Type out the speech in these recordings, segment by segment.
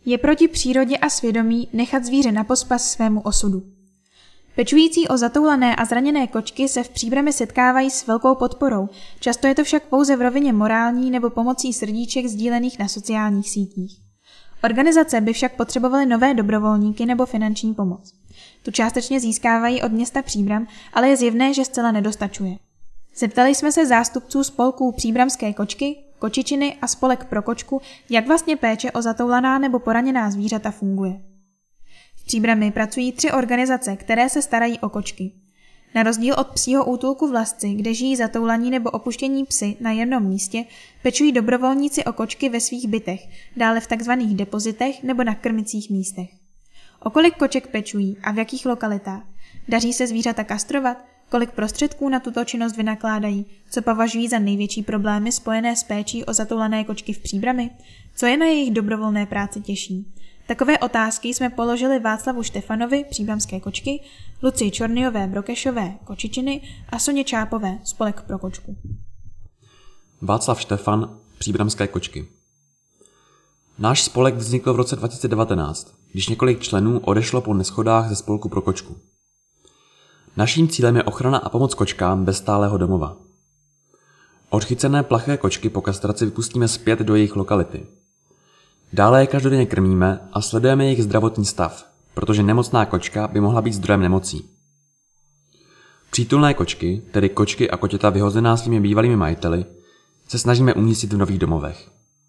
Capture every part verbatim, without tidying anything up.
Je proti přírodě a svědomí nechat zvíře na pospas svému osudu. Pečující o zatoulané a zraněné kočky se v Příbrami setkávají s velkou podporou, často je to však pouze v rovině morální nebo pomocí srdíček sdílených na sociálních sítích. Organizace by však potřebovaly nové dobrovolníky nebo finanční pomoc. Tu částečně získávají od města Příbram, ale je zjevné, že zcela nedostačuje. Zeptali jsme se zástupců spolků Příbramské kočky, Kočičiny a Spolek pro kočku, jak vlastně péče o zatoulaná nebo poraněná zvířata funguje. V Příbrami pracují tři organizace, které se starají o kočky. Na rozdíl od psího útulku v Lasci, kde žijí zatoulaní nebo opuštění psy na jednom místě, pečují dobrovolníci o kočky ve svých bytech, dále v tzv. Depozitech nebo na krmicích místech. O kolik koček pečují a v jakých lokalitách? Daří se zvířata kastrovat? Kolik prostředků na tuto činnost vynakládají? Co považují za největší problémy spojené s péčí o zatoulané kočky v Příbrami? Co je na jejich dobrovolné práci těžší? Takové otázky jsme položili Václavu Štefanovi, Příbramské kočky, Lucii Čornyové, Brokešové, Kočičiny a Soně Čápové, Spolek pro kočku. Václav Štefan, Příbramské kočky. Náš spolek vznikl v roce dva tisíce devatenáct, když několik členů odešlo po neschodách ze Spolku pro kočku. Naším cílem je ochrana a pomoc kočkám bez stálého domova. Odchycené plaché kočky po kastraci vypustíme zpět do jejich lokality. Dále je každodenně krmíme a sledujeme jejich zdravotní stav, protože nemocná kočka by mohla být zdrojem nemocí. Přítulné kočky, tedy kočky a kotěta vyhozená svými bývalými majiteli, se snažíme umístit v nových domovech.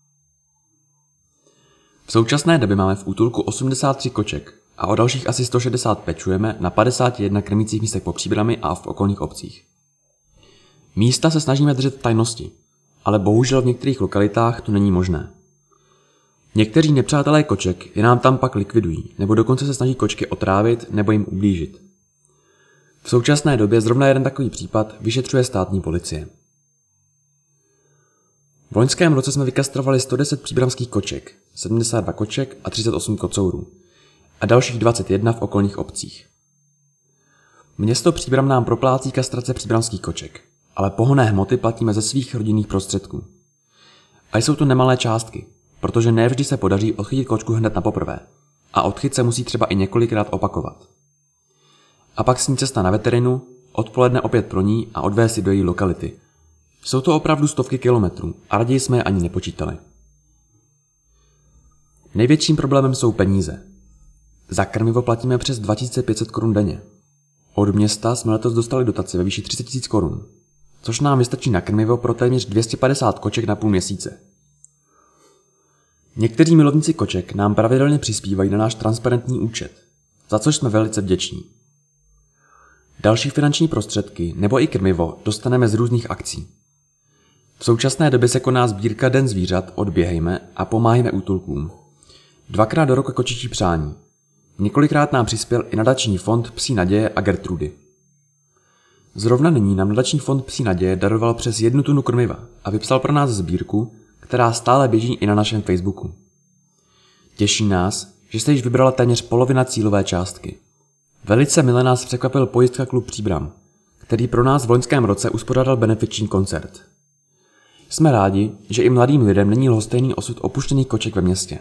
V současné době máme v útulku osmdesát tři koček a o dalších asi sto šedesát pečujeme na padesáti jedné krmících místech po Příbrami a v okolních obcích. Místa se snažíme držet v tajnosti, ale bohužel v některých lokalitách to není možné. Někteří nepřátelé koček je nám tam pak likvidují, nebo dokonce se snaží kočky otrávit nebo jim ublížit. V současné době zrovna jeden takový případ vyšetřuje státní policie. V loňském roce jsme vykastrovali sto deset příbramských koček, sedmdesát dva koček a třicet osm kocourů a dalších dvacet jedna v okolních obcích. Město Příbram nám proplácí kastrace příbramských koček, ale pohonné hmoty platíme ze svých rodinných prostředků. A jsou to nemalé částky, protože nevždy se podaří odchytit kočku hned na poprvé a odchyt se musí třeba i několikrát opakovat. A pak s ní cesta na veterinu, odpoledne opět pro ní a odvést si do její lokality. Jsou to opravdu stovky kilometrů a raději jsme je ani nepočítali. Největším problémem jsou peníze. Za krmivo platíme přes dva tisíce pět set korun denně. Od města jsme letos dostali dotaci ve výši třicet tisíc korun, což nám vystačí na krmivo pro téměř dvě stě padesát koček na půl měsíce. Někteří milovníci koček nám pravidelně přispívají na náš transparentní účet, za což jsme velice vděční. Další finanční prostředky nebo i krmivo dostaneme z různých akcí. V současné době se koná sbírka Den zvířat Odběhejme a pomáhejme útulkům. Dvakrát do roka kočičí přání. Několikrát nám přispěl i nadační fond Psí naděje a Gertrudy. Zrovna nyní nám nadační fond Psí naděje daroval přes jednu tunu krmiva a vypsal pro nás sbírku, která stále běží i na našem Facebooku. Těší nás, že se již vybrala téměř polovina cílové částky. Velice mile nás překvapil Pojistka klub Příbram, který pro nás v loňském roce uspořádal benefiční koncert. Jsme rádi, že i mladým lidem není lhostejný osud opuštěných koček ve městě.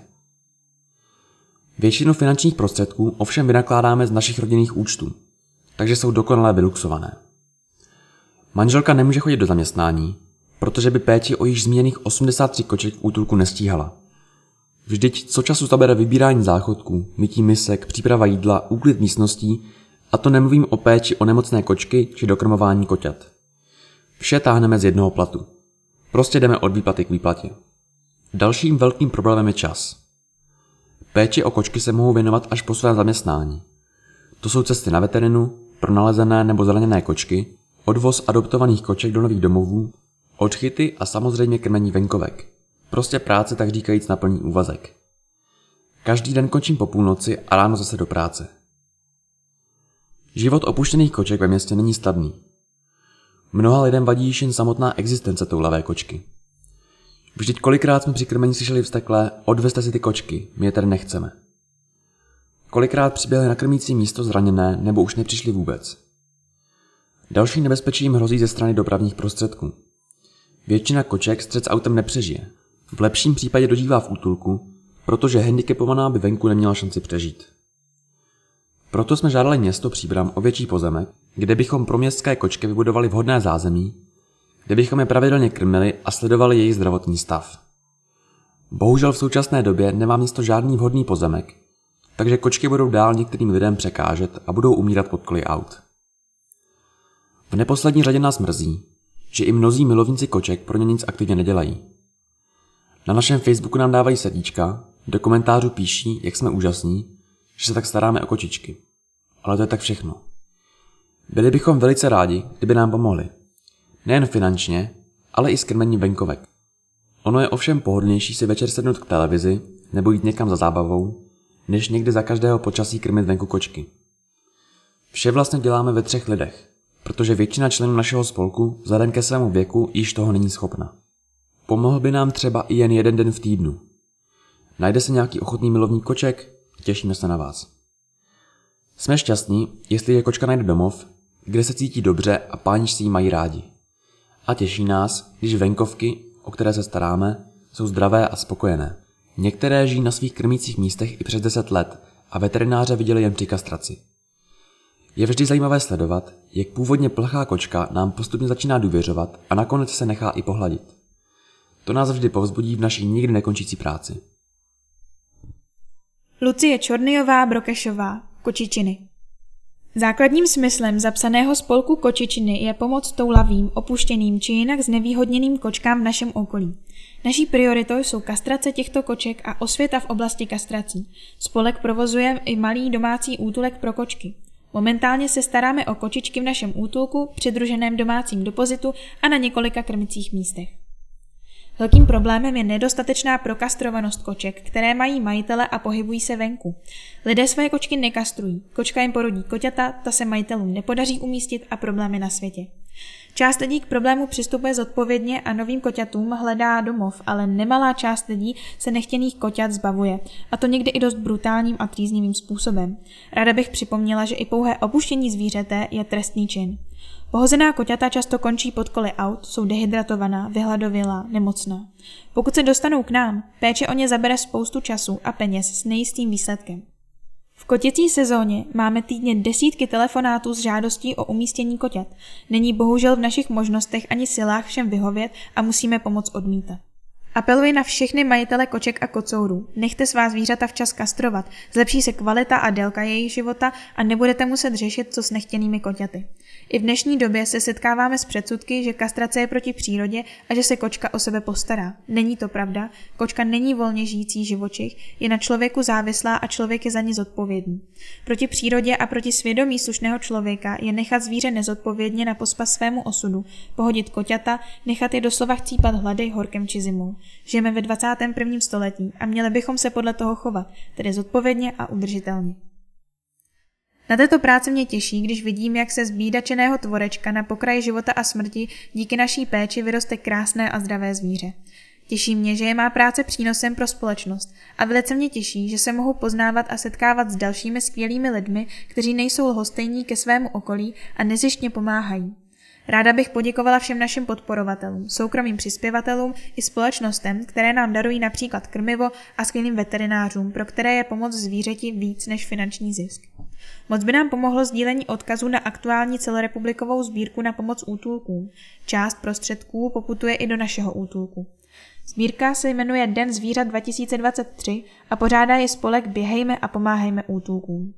Většinu finančních prostředků ovšem vynakládáme z našich rodinných účtů, takže jsou dokonale vyluxované. Manželka nemůže chodit do zaměstnání, protože by péči o již zmíněných osmdesát tři koček v útulku nestíhala. Vždyť co času zabere vybírání záchodků, mytí misek, příprava jídla, úklid místností, a to nemluvím o péči o nemocné kočky či dokrmování koťat. Vše táhneme z jednoho platu. Prostě jdeme od výplaty k výplatě. Dalším velkým problémem je čas. Péči o kočky se mohou věnovat až po svém zaměstnání. To jsou cesty na veterinu, pro nalezené nebo zraněné kočky, odvoz adoptovaných koček do nových domovů, odchyty a samozřejmě krmení venkovek. Prostě práce tak říkajíc na plný úvazek. Každý den končím po půlnoci a ráno zase do práce. Život opuštěných koček ve městě není snadný. Mnoha lidem vadí již jen samotná existence toulavé kočky. Vždyť kolikrát jsme při krmení slyšeli vztekle: odvezte si ty kočky, my je tady nechceme. Kolikrát přiběhli na krmící místo zraněné nebo už nepřišli vůbec. Další nebezpečí jim hrozí ze strany dopravních prostředků. Většina koček střet s autem nepřežije. V lepším případě dožívá v útulku, protože handicapovaná by venku neměla šanci přežít. Proto jsme žádali město Příbram o větší pozemek, kde bychom pro městské kočky vybudovali vhodné zázemí, kde bychom je pravidelně krmili a sledovali jejich zdravotní stav. Bohužel v současné době nemá město žádný vhodný pozemek, takže kočky budou dál některým lidem překážet a budou umírat pod koly aut. V neposlední řadě nás mrzí, že i mnozí milovníci koček pro ně nic aktivně nedělají. Na našem Facebooku nám dávají srdíčka, do komentářů píší, jak jsme úžasní, že se tak staráme o kočičky. Ale to je tak všechno. Byli bychom velice rádi, kdyby nám pomohli. Nejen finančně, ale i s krmením venkovek. Ono je ovšem pohodlnější si večer sednout k televizi nebo jít někam za zábavou, než někdy za každého počasí krmit venku kočky. Vše vlastně děláme ve třech lidech, protože většina členů našeho spolku vzhledem ke svému věku již toho není schopna. Pomohl by nám třeba i jen jeden den v týdnu. Najde se nějaký ochotný milovník koček? Těšíme se na vás. Jsme šťastní, jestli je kočka najde domov, kde se cítí dobře a páni si ji mají rádi. A těší nás, když venkovky, o které se staráme, jsou zdravé a spokojené. Některé žijí na svých krmících místech i přes deset let a veterináře viděli jen při kastraci. Je vždy zajímavé sledovat, jak původně plachá kočka nám postupně začíná důvěřovat a nakonec se nechá i pohladit. To nás vždy povzbudí v naší nikdy nekončící práci. Lucie Čornyjová Brokešová, Kočičiny. Základním smyslem zapsaného spolku Kočičiny je pomoc toulavým, opuštěným či jinak znevýhodněným kočkám v našem okolí. Naší prioritou jsou kastrace těchto koček a osvěta v oblasti kastrací. Spolek provozuje i malý domácí útulek pro kočky. Momentálně se staráme o kočičky v našem útulku, přidruženém domácím depozitu a na několika krmicích místech. Velkým problémem je nedostatečná prokastrovanost koček, které mají majitele a pohybují se venku. Lidé své kočky nekastrují, kočka jim porodí koťata, ta se majitelům nepodaří umístit a problémy na světě. Část lidí k problému přistupuje zodpovědně a novým koťatům hledá domov, ale nemalá část lidí se nechtěných koťat zbavuje, a to někdy i dost brutálním a trýznivým způsobem. Ráda bych připomněla, že i pouhé opuštění zvířete je trestný čin. Pohozená koťata často končí pod koly aut, jsou dehydratovaná, vyhladovělá, nemocná. Pokud se dostanou k nám, péče o ně zabere spoustu času a peněz s nejistým výsledkem. V kotěcí sezóně máme týdně desítky telefonátů s žádostí o umístění koťat. Není bohužel v našich možnostech ani silách všem vyhovět a musíme pomoc odmítat. Apeluji na všechny majitele koček a kocourů. Nechte svá zvířata včas kastrovat, zlepší se kvalita a délka jejich života a nebudete muset řešit, co s nechtěnými koťaty. I v dnešní době se setkáváme s předsudky, že kastrace je proti přírodě a že se kočka o sebe postará. Není to pravda, kočka není volně žijící živočich, je na člověku závislá a člověk je za ní zodpovědný. Proti přírodě a proti svědomí slušného člověka je nechat zvíře nezodpovědně na pospas svému osudu, pohodit koťata, nechat je doslova chcípat hlady, horkem či zimou. Žijeme ve dvacátém prvním století a měli bychom se podle toho chovat, tedy zodpovědně a udržitelně. Na této práci mě těší, když vidím, jak se z bídačeného tvorečka na pokraji života a smrti díky naší péči vyroste krásné a zdravé zvíře. Těší mě, že je má práce přínosem pro společnost a velice mě těší, že se mohu poznávat a setkávat s dalšími skvělými lidmi, kteří nejsou lhostejní ke svému okolí a nezištně pomáhají. Ráda bych poděkovala všem našim podporovatelům, soukromým přispěvatelům i společnostem, které nám darují například krmivo a skvělým veterinářům, pro které je pomoc zvířeti víc než finanční zisk. Moc by nám pomohlo sdílení odkazů na aktuální celorepublikovou sbírku na pomoc útulkům. Část prostředků poputuje i do našeho útulku. Sbírka se jmenuje Den zvířat dva tisíce dvacet tři a pořádá ji spolek Běhejme a pomáhejme útulkům.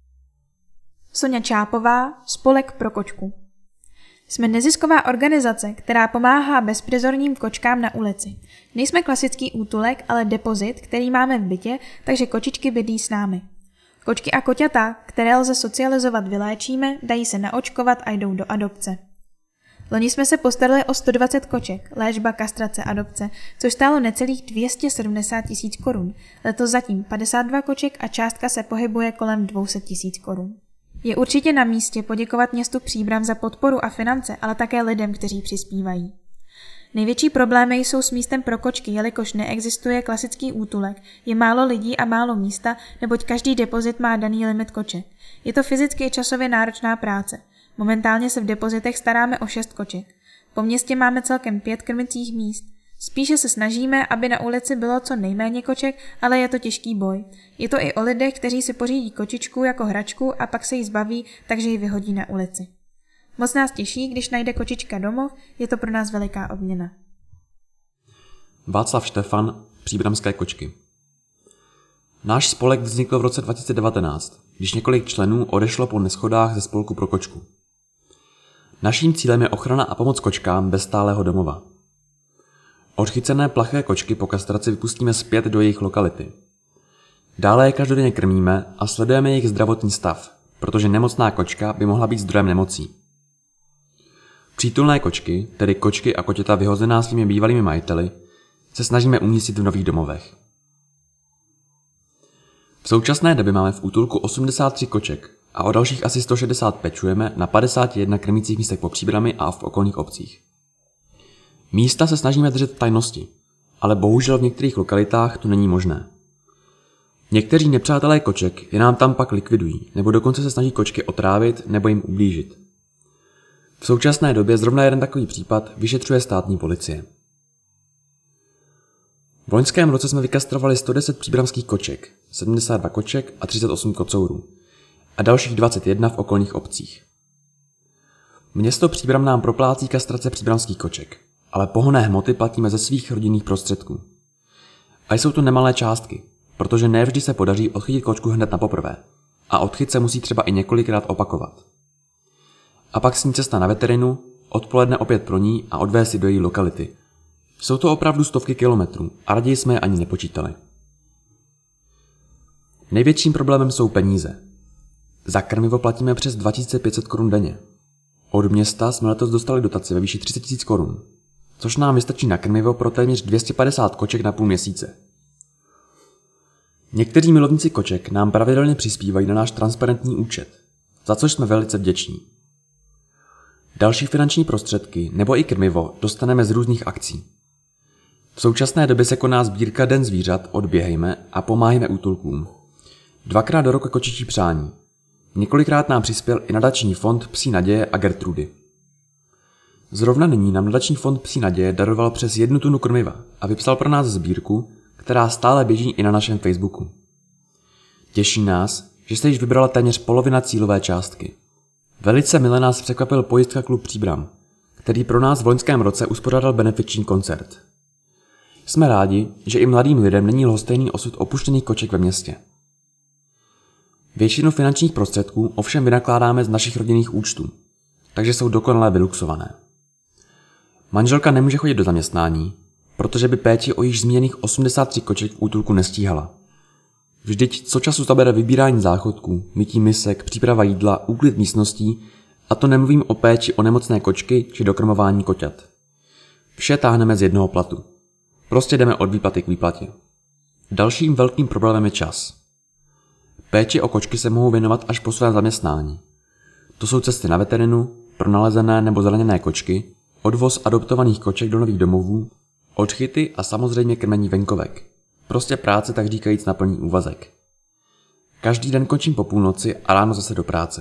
Soňa Čápová, Spolek pro kočku. Jsme nezisková organizace, která pomáhá bezprizorním kočkám na ulici. Nejsme klasický útulek, ale depozit, který máme v bytě, takže kočičky bydlí s námi. Kočky a koťata, které lze socializovat, vyléčíme, dají se naočkovat a jdou do adopce. Loni jsme se postarali o sto dvacet koček, léčba, kastrace, adopce, což stálo necelých dvě stě sedmdesát tisíc korun. Letos zatím padesát dva koček a částka se pohybuje kolem dvě stě tisíc korun. Je určitě na místě poděkovat městu Příbram za podporu a finance, ale také lidem, kteří přispívají. Největší problémy jsou s místem pro kočky, jelikož neexistuje klasický útulek, je málo lidí a málo místa, neboť každý depozit má daný limit koček. Je to fyzicky i časově náročná práce. Momentálně se v depozitech staráme o šest koček. Po městě máme celkem pět krmicích míst. Spíše se snažíme, aby na ulici bylo co nejméně koček, ale je to těžký boj. Je to i o lidech, kteří si pořídí kočičku jako hračku a pak se jí zbaví, takže ji vyhodí na ulici. Moc nás těší, když najde kočička domov, je to pro nás veliká odměna. Václav Štefan, Příbramské kočky. Náš spolek vznikl v roce dva tisíce devatenáct, když několik členů odešlo po neschodách ze spolku pro kočku. Naším cílem je ochrana a pomoc kočkám bez stálého domova. Odchycené plaché kočky po kastraci vypustíme zpět do jejich lokality. Dále je každodenně krmíme a sledujeme jejich zdravotní stav, protože nemocná kočka by mohla být zdrojem nemocí. Přítulné kočky, tedy kočky a kotěta vyhozená svými bývalými majiteli, se snažíme umístit v nových domovech. V současné době máme v útulku osmdesát tři koček a o dalších asi sto šedesát pečujeme na padesáti jedné krmících místech po Příbrami a v okolních obcích. Místa se snažíme držet v tajnosti, ale bohužel v některých lokalitách to není možné. Někteří nepřátelé koček je nám tam pak likvidují, nebo dokonce se snaží kočky otrávit nebo jim ublížit. V současné době zrovna jeden takový případ vyšetřuje státní policie. V loňském roce jsme vykastrovali sto deset příbramských koček, sedmdesát dva koček a třicet osm kocourů a dalších dvacet jedna v okolních obcích. Město Příbram nám proplácí kastrace příbramských koček, ale pohonné hmoty platíme ze svých rodinných prostředků. A jsou to nemalé částky, protože ne vždy se podaří odchytit kočku hned na poprvé a odchyt se musí třeba i několikrát opakovat. A pak s ní cesta na veterinu, odpoledne opět pro ní a odvést si do její lokality. Jsou to opravdu stovky kilometrů a raději jsme je ani nepočítali. Největším problémem jsou peníze. Za krmivo platíme přes dva tisíce pět set korun denně. Od města jsme letos dostali dotaci ve výši třicet tisíc korun, což nám vystačí na krmivo pro téměř dvě stě padesát koček na půl měsíce. Někteří milovníci koček nám pravidelně přispívají na náš transparentní účet, za což jsme velice vděční. Další finanční prostředky nebo i krmivo dostaneme z různých akcí. V současné době se koná sbírka Den zvířat Odběhejme a pomáhejme útulkům. Dvakrát do roka kočičí přání. Několikrát nám přispěl i nadační fond Psí naděje a Gertrudy. Zrovna nyní nám nadační fond Psí naděje daroval přes jednu tunu krmiva a vypsal pro nás sbírku, která stále běží i na našem Facebooku. Těší nás, že se již vybrala téměř polovina cílové částky. Velice mile nás překvapil Pojistka klub Příbram, který pro nás v loňském roce uspořádal benefiční koncert. Jsme rádi, že i mladým lidem není lhostejný osud opuštěných koček ve městě. Většinu finančních prostředků ovšem vynakládáme z našich rodinných účtů, takže jsou dokonale vyluxované. Manželka nemůže chodit do zaměstnání, protože by péči o již zmíněných osmdesát tři koček v útulku nestíhala. Vždyť co času zabere vybírání záchodků, mytí misek, příprava jídla, úklid místností, a to nemluvím o péči o nemocné kočky či dokrmování koťat. Vše táhneme z jednoho platu. Prostě jdeme od výplaty k výplatě. Dalším velkým problémem je čas. Péči o kočky se mohou věnovat až po svém zaměstnání. To jsou cesty na veterinu, pro nalezené nebo zraněné kočky, odvoz adoptovaných koček do nových domovů, odchyty a samozřejmě krmení venkovek. Prostě práce tak říkajíc na plný úvazek. Každý den končím po půlnoci a ráno zase do práce.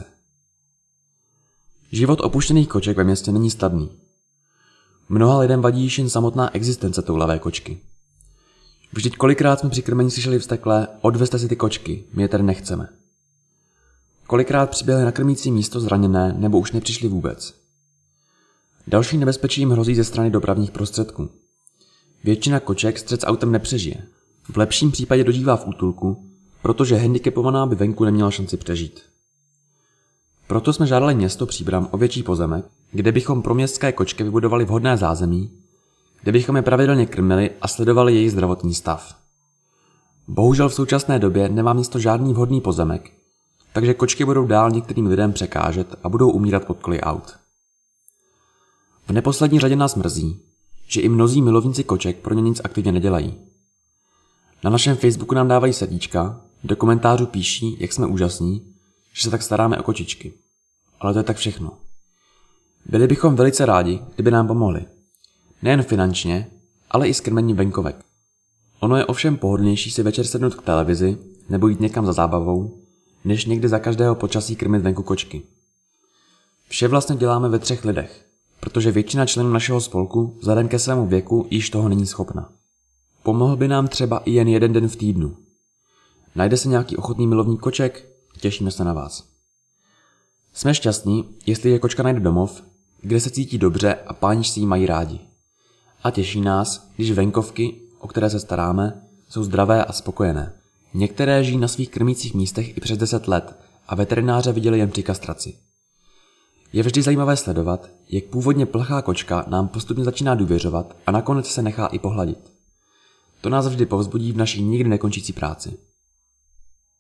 Život opuštěných koček ve městě není snadný. Mnoha lidem vadí již jen samotná existence toulavé kočky. Vždyť kolikrát jsme při krmení slyšeli vzteklé: odvezte si ty kočky, my je tady nechceme. Kolikrát přiběhly na krmící místo zraněné nebo už nepřišli vůbec. Další nebezpečí jim hrozí ze strany dopravních prostředků. Většina koček střet s autem nepřežije. V lepším případě dodívá v útulku, protože handicapovaná by venku neměla šanci přežít. Proto jsme žádali město Příbram o větší pozemek, kde bychom pro městské kočky vybudovali vhodné zázemí, kde bychom je pravidelně krmili a sledovali jejich zdravotní stav. Bohužel v současné době nemá město žádný vhodný pozemek, takže kočky budou dál některým lidem překážet a budou umírat pod koly aut. V neposlední řadě nás mrzí, že i mnozí milovníci koček pro ně nic aktivně nedělají. Na našem Facebooku nám dávají srdíčka, do komentářů píší, jak jsme úžasní, že se tak staráme o kočičky. Ale to je tak všechno. Byli bychom velice rádi, kdyby nám pomohli. Nejen finančně, ale i s krmením venkovek. Ono je ovšem pohodlnější si večer sednout k televizi nebo jít někam za zábavou, než někdy za každého počasí krmit venku kočky. Vše vlastně děláme ve třech lidech, protože většina členů našeho spolku vzhledem ke svému věku již toho není schopna. Pomohl by nám třeba i jen jeden den v týdnu. Najde se nějaký ochotný milovník koček? Těšíme se na vás. Jsme šťastní, jestli kočka najde domov, kde se cítí dobře a pánič si ji mají rádi. A těší nás, když venkovky, o které se staráme, jsou zdravé a spokojené. Některé žijí na svých krmících místech i přes deset let a veterináře viděli jen při kastraci. Je vždy zajímavé sledovat, jak původně plachá kočka nám postupně začíná důvěřovat a nakonec se nechá i pohladit. To nás vždy povzbudí v naší nikdy nekončící práci.